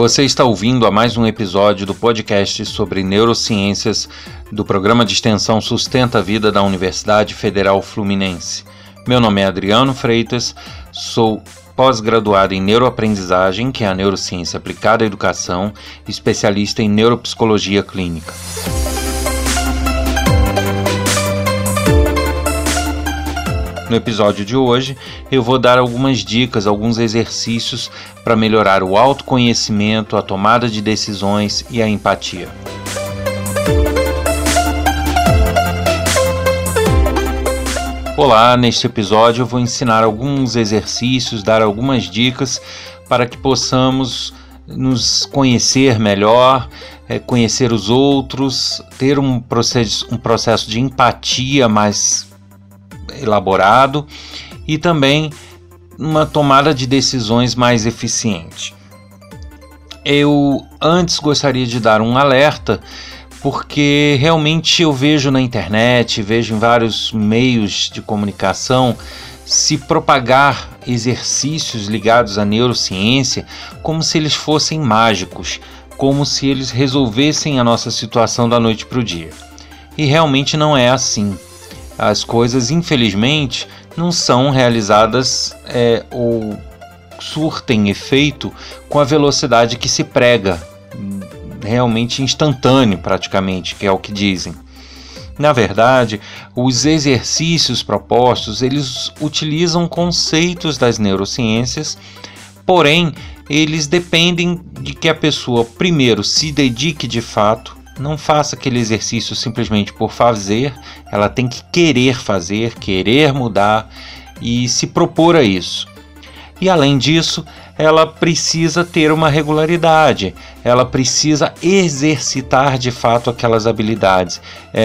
Você está ouvindo a mais um episódio do podcast sobre neurociências do programa de extensão Sustenta a Vida da Universidade Federal Fluminense. Meu nome é Adriano Freitas, sou pós-graduado em neuroaprendizagem, que é a neurociência aplicada à educação, especialista em neuropsicologia clínica. No episódio de hoje, eu vou dar algumas dicas, alguns exercícios para melhorar o autoconhecimento, a tomada de decisões e a empatia. Olá, neste episódio eu vou ensinar alguns exercícios, dar algumas dicas para que possamos nos conhecer melhor, conhecer os outros, ter um processo de empatia mais elaborado e também uma tomada de decisões mais eficiente. Eu antes gostaria de dar um alerta, porque realmente eu vejo na internet, vejo em vários meios de comunicação se propagar exercícios ligados à neurociência como se eles fossem mágicos, como se eles resolvessem a nossa situação da noite para o dia. E realmente não é assim. As coisas, infelizmente, não são realizadas ou surtem efeito com a velocidade que se prega, realmente instantâneo praticamente, que é o que dizem. Na verdade, os exercícios propostos, eles utilizam conceitos das neurociências, porém, eles dependem de que a pessoa, primeiro, se dedique de fato, não faça aquele exercício simplesmente por fazer, ela tem que querer fazer, querer mudar e se propor a isso. E além disso, ela precisa ter uma regularidade, ela precisa exercitar de fato aquelas habilidades.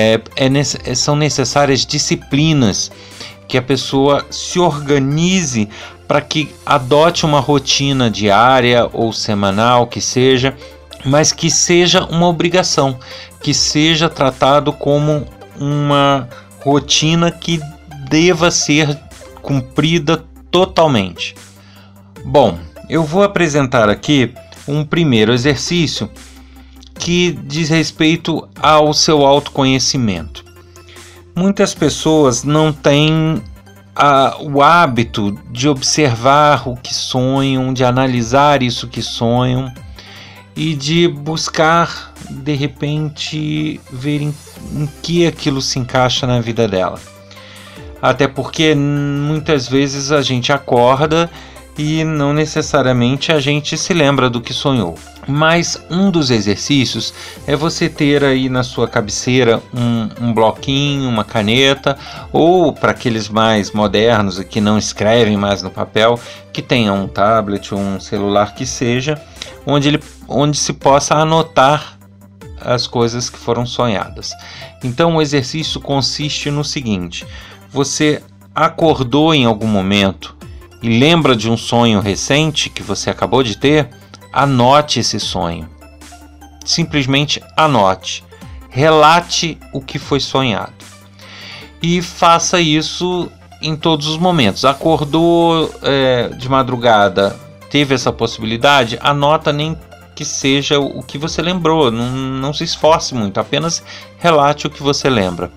São necessárias disciplinas, que a pessoa se organize para que adote uma rotina diária ou semanal, que seja, mas que seja uma obrigação, que seja tratado como uma rotina que deva ser cumprida totalmente. Bom, eu vou apresentar aqui um primeiro exercício que diz respeito ao seu autoconhecimento. Muitas pessoas não têm o hábito de observar o que sonham, de analisar isso que sonham, e de buscar, de repente, ver em que aquilo se encaixa na vida dela. Até porque muitas vezes a gente acorda e não necessariamente a gente se lembra do que sonhou. Mas um dos exercícios é você ter aí na sua cabeceira um bloquinho, uma caneta, ou para aqueles mais modernos que não escrevem mais no papel, que tenha um tablet ou um celular que seja, onde se possa anotar as coisas que foram sonhadas. Então o exercício consiste no seguinte: você acordou em algum momento e lembra de um sonho recente que você acabou de ter, anote esse sonho. Simplesmente anote. Relate o que foi sonhado. E faça isso em todos os momentos. Acordou de madrugada, teve essa possibilidade, anota, nem que seja o que você lembrou. Não se esforce muito, apenas relate o que você lembra.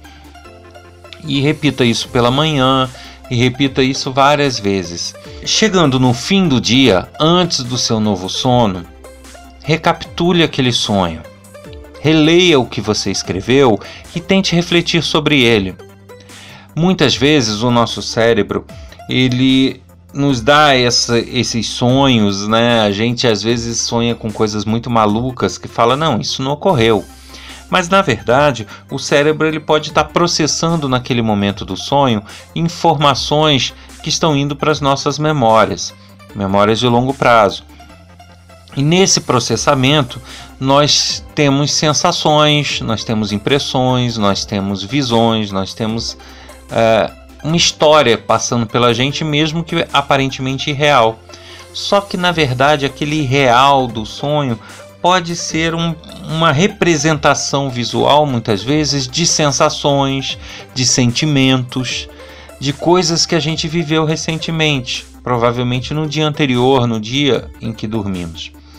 E repita isso pela manhã, e repita isso várias vezes. Chegando no fim do dia, antes do seu novo sono, recapitule aquele sonho. Releia o que você escreveu e tente refletir sobre ele. Muitas vezes o nosso cérebro, ele nos dá esses sonhos, né? A gente às vezes sonha com coisas muito malucas que fala, não, isso não ocorreu. Mas na verdade, o cérebro ele pode estar processando naquele momento do sonho informações que estão indo para as nossas memórias de longo prazo. E nesse processamento, nós temos sensações, nós temos impressões, nós temos visões, nós temos uma história passando pela gente, mesmo que aparentemente irreal. Só que na verdade aquele irreal do sonho pode ser uma representação visual, muitas vezes, de sensações, de sentimentos, de coisas que a gente viveu recentemente, provavelmente no dia anterior, no dia em que dormimos.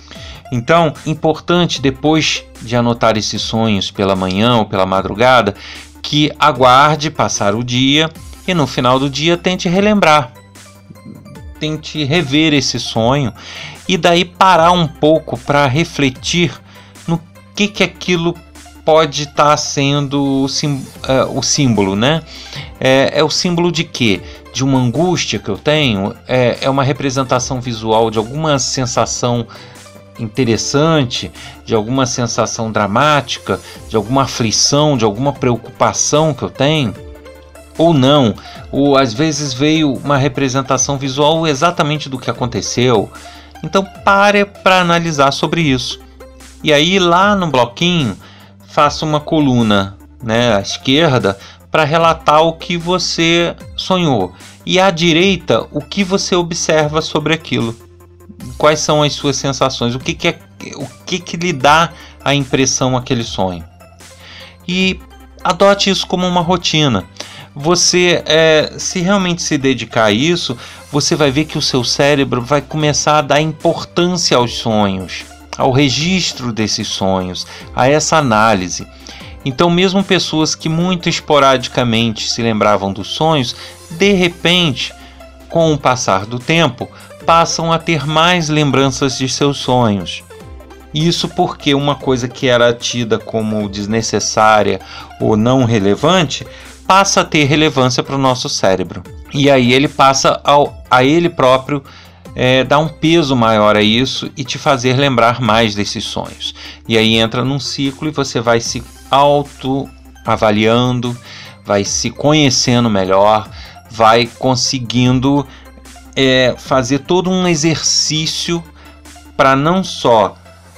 Então, importante depois de anotar esses sonhos pela manhã ou pela madrugada, que aguarde passar o dia e no final do dia tente relembrar, tente rever esse sonho e daí parar um pouco para refletir no que aquilo pode estar sendo o símbolo, né? É o símbolo de quê? De uma angústia que eu tenho? É uma representação visual de alguma sensação interessante, de alguma sensação dramática, de alguma aflição, de alguma preocupação que eu tenho? Ou não? Ou às vezes veio uma representação visual exatamente do que aconteceu? Então pare para analisar sobre isso. E aí lá no bloquinho, faça uma coluna, né, à esquerda para relatar o que você sonhou. E à direita, o que você observa sobre aquilo. Quais são as suas sensações? O que lhe dá a impressão aquele sonho? E adote isso como uma rotina. Você, se realmente se dedicar a isso, você vai ver que o seu cérebro vai começar a dar importância aos sonhos, ao registro desses sonhos, a essa análise. Então, mesmo pessoas que muito esporadicamente se lembravam dos sonhos, de repente, com o passar do tempo, passam a ter mais lembranças de seus sonhos. Isso porque uma coisa que era tida como desnecessária ou não relevante passa a ter relevância para o nosso cérebro. E aí ele passa a ele próprio dar um peso maior a isso e te fazer lembrar mais desses sonhos. E aí entra num ciclo e você vai se autoavaliando, vai se conhecendo melhor, vai conseguindo fazer todo um exercício para não só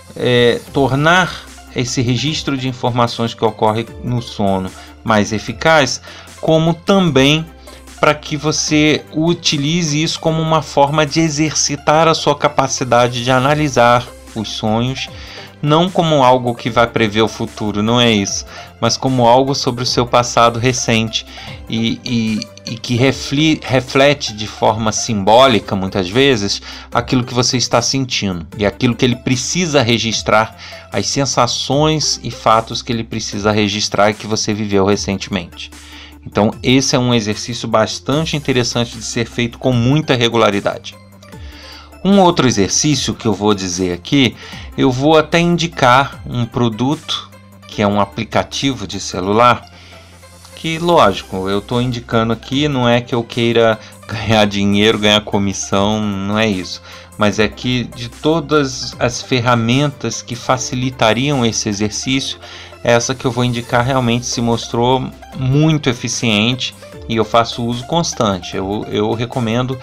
tornar esse registro de informações que ocorre no sono mais eficaz, como também para que você utilize isso como uma forma de exercitar a sua capacidade de analisar os sonhos, não como algo que vai prever o futuro, não é isso, mas como algo sobre o seu passado recente e que reflete de forma simbólica, muitas vezes, aquilo que você está sentindo e aquilo que ele precisa registrar, as sensações e fatos que ele precisa registrar e que você viveu recentemente. Então, esse é um exercício bastante interessante de ser feito com muita regularidade. Um outro exercício que eu vou dizer aqui, eu vou até indicar um produto que é um aplicativo de celular, que lógico, eu estou indicando aqui, não é que eu queira ganhar dinheiro, ganhar comissão, não é isso. Mas é que de todas as ferramentas que facilitariam esse exercício, essa que eu vou indicar realmente se mostrou muito eficiente e eu faço uso constante. Eu recomendo,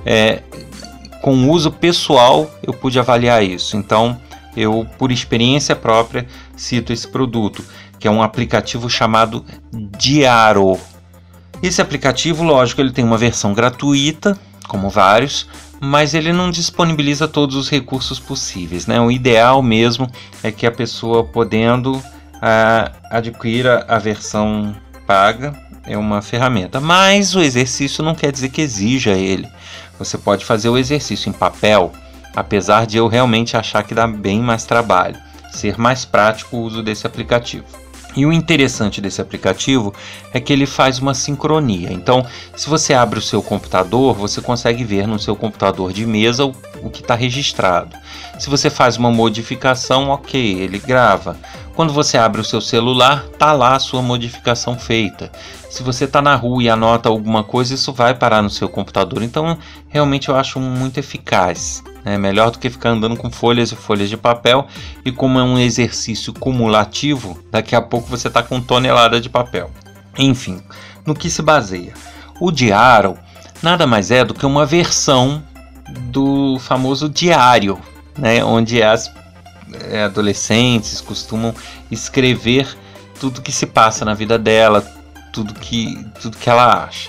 com uso pessoal, eu pude avaliar isso. Então, eu, por experiência própria, cito esse produto, que é um aplicativo chamado Diaro. Esse aplicativo, lógico, ele tem uma versão gratuita, como vários, mas ele não disponibiliza todos os recursos possíveis, né? O ideal mesmo é que a pessoa, podendo adquirir a versão paga, é uma ferramenta. Mas o exercício não quer dizer que exija ele. Você pode fazer o exercício em papel, apesar de eu realmente achar que dá bem mais trabalho, ser mais prático o uso desse aplicativo. E o interessante desse aplicativo é que ele faz uma sincronia. Então, se você abre o seu computador, você consegue ver no seu computador de mesa o que está registrado. Se você faz uma modificação, ok, ele grava. Quando você abre o seu celular, está lá a sua modificação feita. Se você está na rua e anota alguma coisa, isso vai parar no seu computador. Então, realmente eu acho muito eficaz. É melhor do que ficar andando com folhas e folhas de papel, e como é um exercício cumulativo, daqui a pouco você está com tonelada de papel. Enfim, no que se baseia? O Diaro nada mais é do que uma versão do famoso diário, né, onde as adolescentes costumam escrever tudo que se passa na vida dela, tudo que ela acha.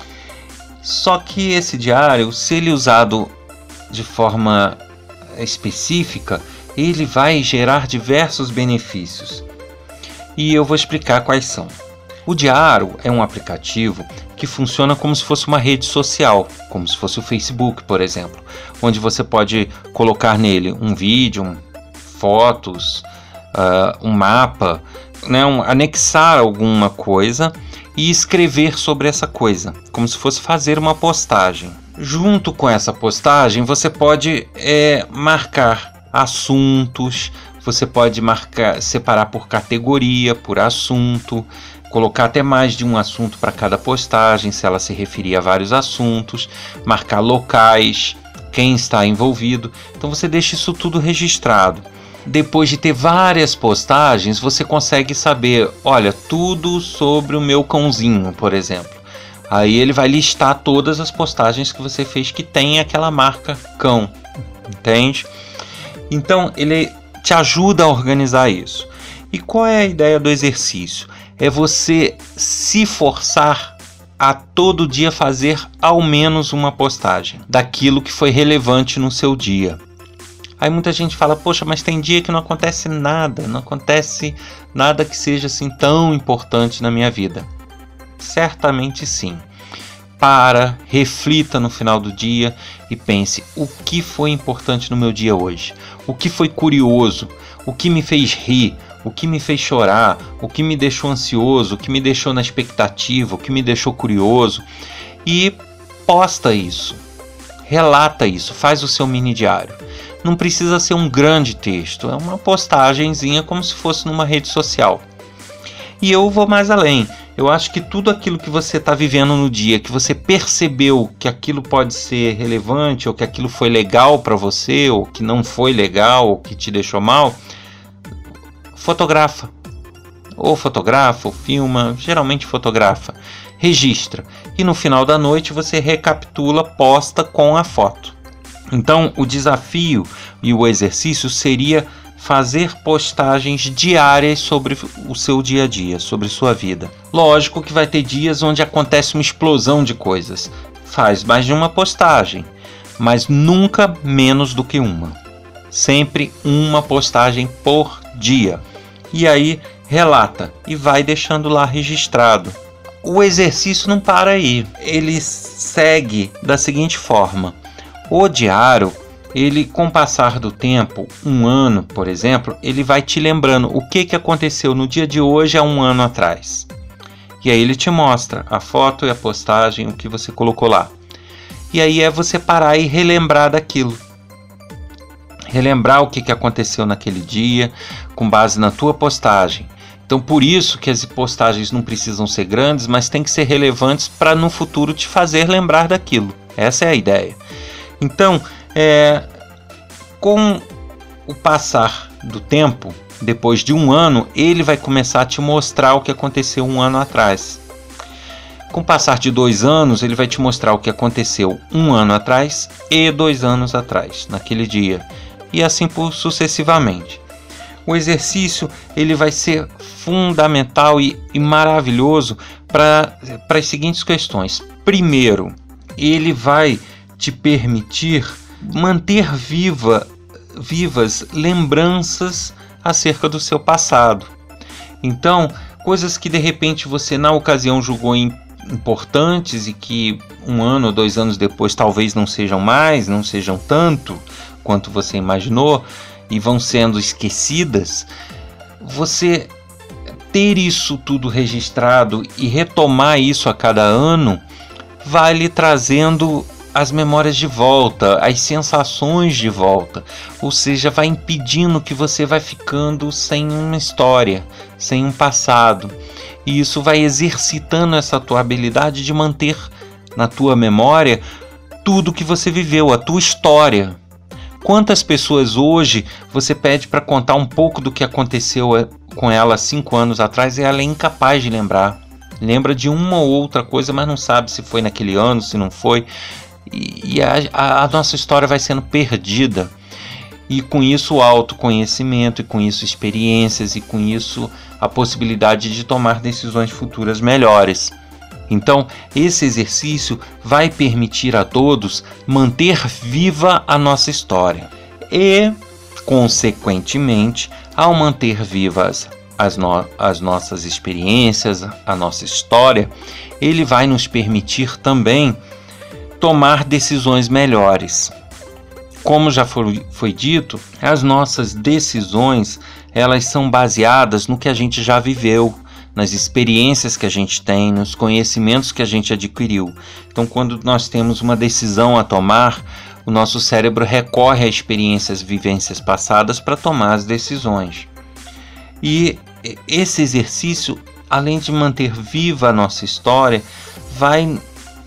Só que esse diário, se ele usado de forma específica, ele vai gerar diversos benefícios. E eu vou explicar quais são. O Diaro é um aplicativo que funciona como se fosse uma rede social, como se fosse o Facebook, por exemplo, onde você pode colocar nele um vídeo, fotos, um mapa, né, anexar alguma coisa e escrever sobre essa coisa, como se fosse fazer uma postagem. Junto com essa postagem, você pode marcar assuntos, você pode separar por categoria, por assunto, colocar até mais de um assunto para cada postagem, se ela se referir a vários assuntos, marcar locais, quem está envolvido. Então você deixa isso tudo registrado. Depois de ter várias postagens, você consegue saber, olha, tudo sobre o meu cãozinho, por exemplo. Aí ele vai listar todas as postagens que você fez que tem aquela marca cão, entende? Então ele te ajuda a organizar isso. E qual é a ideia do exercício? É você se forçar a todo dia fazer ao menos uma postagem daquilo que foi relevante no seu dia. Aí muita gente fala, poxa, mas tem dia que não acontece nada, não acontece nada que seja assim tão importante na minha vida. Certamente sim. Reflita no final do dia e pense, o que foi importante no meu dia hoje? O que foi curioso? O que me fez rir? O que me fez chorar? O que me deixou ansioso? O que me deixou na expectativa? O que me deixou curioso? E posta isso. Relata isso. Faz o seu mini diário. Não precisa ser um grande texto. É uma postagenzinha como se fosse numa rede social. E eu vou mais além. Eu acho que tudo aquilo que você está vivendo no dia, que você percebeu que aquilo pode ser relevante, ou que aquilo foi legal para você, ou que não foi legal, ou que te deixou mal, fotografa. Ou filma, geralmente fotografa. Registra. E no final da noite você recapitula, posta com a foto. Então o desafio e o exercício seria fazer postagens diárias sobre o seu dia a dia, sobre sua vida. Lógico que vai ter dias onde acontece uma explosão de coisas. Faz mais de uma postagem, mas nunca menos do que uma. Sempre uma postagem por dia. E aí relata e vai deixando lá registrado. O exercício não para aí. Ele segue da seguinte forma. O diário, ele com o passar do tempo, um ano, por exemplo, ele vai te lembrando o que aconteceu no dia de hoje há um ano atrás. E aí ele te mostra a foto e a postagem, o que você colocou lá. E aí é você parar e relembrar daquilo. Relembrar o que aconteceu naquele dia, com base na tua postagem. Então por isso que as postagens não precisam ser grandes, mas tem que ser relevantes para no futuro te fazer lembrar daquilo. Essa é a ideia. Então, com o passar do tempo, depois de um ano, ele vai começar a te mostrar o que aconteceu um ano atrás. Com o passar de 2 anos, ele vai te mostrar o que aconteceu um ano atrás e 2 anos atrás, naquele dia. E assim sucessivamente. O exercício ele vai ser fundamental e maravilhoso para as seguintes questões. Primeiro, ele vai te permitir manter vivas lembranças acerca do seu passado. Então, coisas que de repente você na ocasião julgou importantes e que 1 ano ou 2 anos depois talvez não sejam tanto quanto você imaginou e vão sendo esquecidas, você ter isso tudo registrado e retomar isso a cada ano vai lhe trazendo as memórias de volta, as sensações de volta, ou seja, vai impedindo que você vai ficando sem uma história, sem um passado, e isso vai exercitando essa tua habilidade de manter na tua memória tudo que você viveu, a tua história. Quantas pessoas hoje você pede para contar um pouco do que aconteceu com ela 5 anos atrás e ela é incapaz de lembrar? Lembra de uma ou outra coisa, mas não sabe se foi naquele ano, se não foi. E a nossa história vai sendo perdida. E com isso o autoconhecimento, e com isso experiências, e com isso a possibilidade de tomar decisões futuras melhores. Então, esse exercício vai permitir a todos manter viva a nossa história. E, consequentemente, ao manter vivas as nossas experiências, a nossa história, ele vai nos permitir também tomar decisões melhores. como já foi dito, as nossas decisões, elas são baseadas no que a gente já viveu, nas experiências que a gente tem, nos conhecimentos que a gente adquiriu. Então, quando nós temos uma decisão a tomar, o nosso cérebro recorre a experiências, vivências passadas para tomar as decisões. E esse exercício, além de manter viva a nossa história, vai,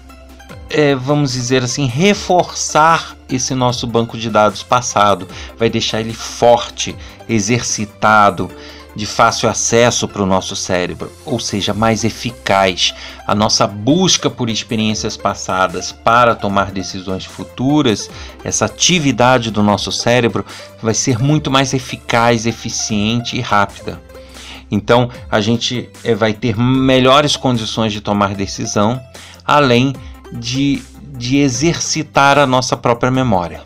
vamos dizer assim, reforçar esse nosso banco de dados passado, vai deixar ele forte, exercitado, de fácil acesso para o nosso cérebro, ou seja, mais eficaz. A nossa busca por experiências passadas para tomar decisões futuras, essa atividade do nosso cérebro vai ser muito mais eficaz, eficiente e rápida. Então, a gente vai ter melhores condições de tomar decisão, além de exercitar a nossa própria memória.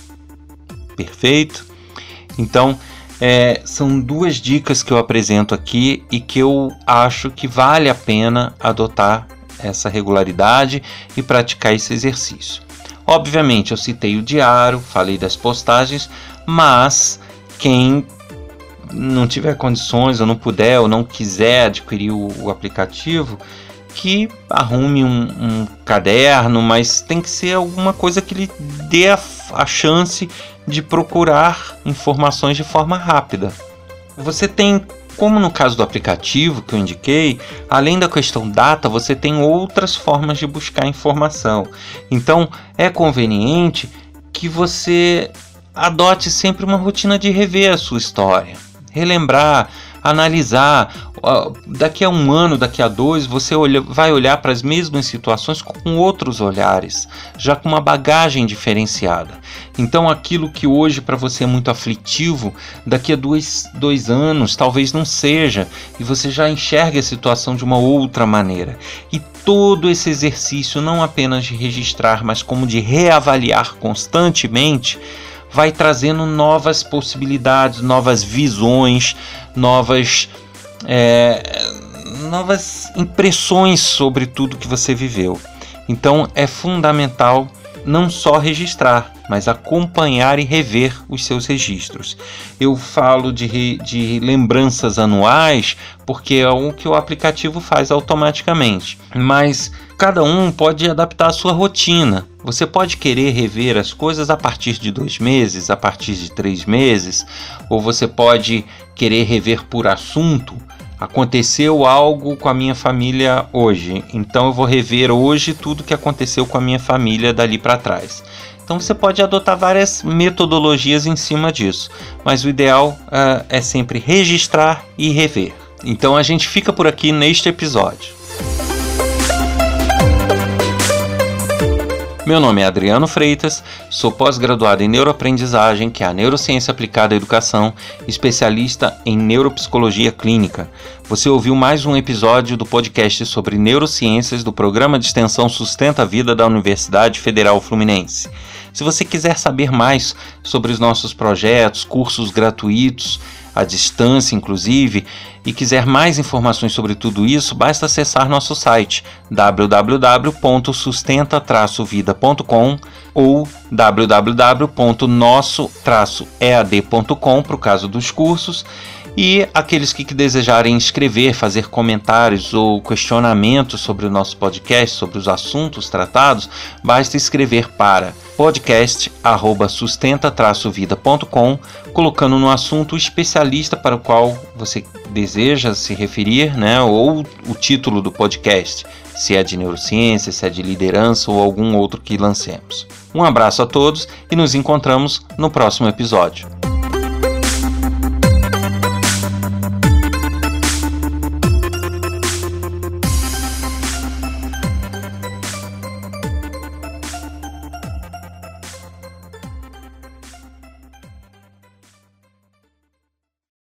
Perfeito? Então, são duas dicas que eu apresento aqui e que eu acho que vale a pena adotar essa regularidade e praticar esse exercício. Obviamente, eu citei o diário, falei das postagens, mas quem não tiver condições, ou não puder, ou não quiser adquirir o aplicativo, que arrume um caderno, mas tem que ser alguma coisa que lhe dê a chance de procurar informações de forma rápida. Você tem, como no caso do aplicativo que eu indiquei, além da questão data, você tem outras formas de buscar informação. Então, é conveniente que você adote sempre uma rotina de rever a sua história, relembrar, analisar. Daqui a 1 ano, daqui a 2, você vai olhar para as mesmas situações com outros olhares, já com uma bagagem diferenciada. Então, aquilo que hoje para você é muito aflitivo, daqui a 2 anos talvez não seja, e você já enxerga a situação de uma outra maneira. E todo esse exercício, não apenas de registrar, mas como de reavaliar constantemente, vai trazendo novas possibilidades, novas visões, novas impressões sobre tudo que você viveu. Então é fundamental não só registrar, mas acompanhar e rever os seus registros. Eu falo de lembranças anuais porque é o que o aplicativo faz automaticamente, mas cada um pode adaptar a sua rotina. Você pode querer rever as coisas a partir de 2 meses, a partir de 3 meses, ou você pode querer rever por assunto. Aconteceu algo com a minha família hoje, então eu vou rever hoje tudo que aconteceu com a minha família dali para trás. Então você pode adotar várias metodologias em cima disso, mas o ideal é sempre registrar e rever. Então a gente fica por aqui neste episódio. Meu nome é Adriano Freitas, sou pós-graduado em neuroaprendizagem, que é a neurociência aplicada à educação, especialista em neuropsicologia clínica. Você ouviu mais um episódio do podcast sobre neurociências do programa de extensão Sustenta a Vida da Universidade Federal Fluminense. Se você quiser saber mais sobre os nossos projetos, cursos gratuitos, à distância inclusive, e quiser mais informações sobre tudo isso, basta acessar nosso site www.sustenta-vida.com ou www.nosso-ead.com para o caso dos cursos. E aqueles que desejarem escrever, fazer comentários ou questionamentos sobre o nosso podcast, sobre os assuntos tratados, basta escrever para podcast@sustenta-vida.com, colocando no assunto o especialista para o qual você deseja se referir, ou o título do podcast, se é de neurociência, se é de liderança ou algum outro que lancemos. Um abraço a todos e nos encontramos no próximo episódio.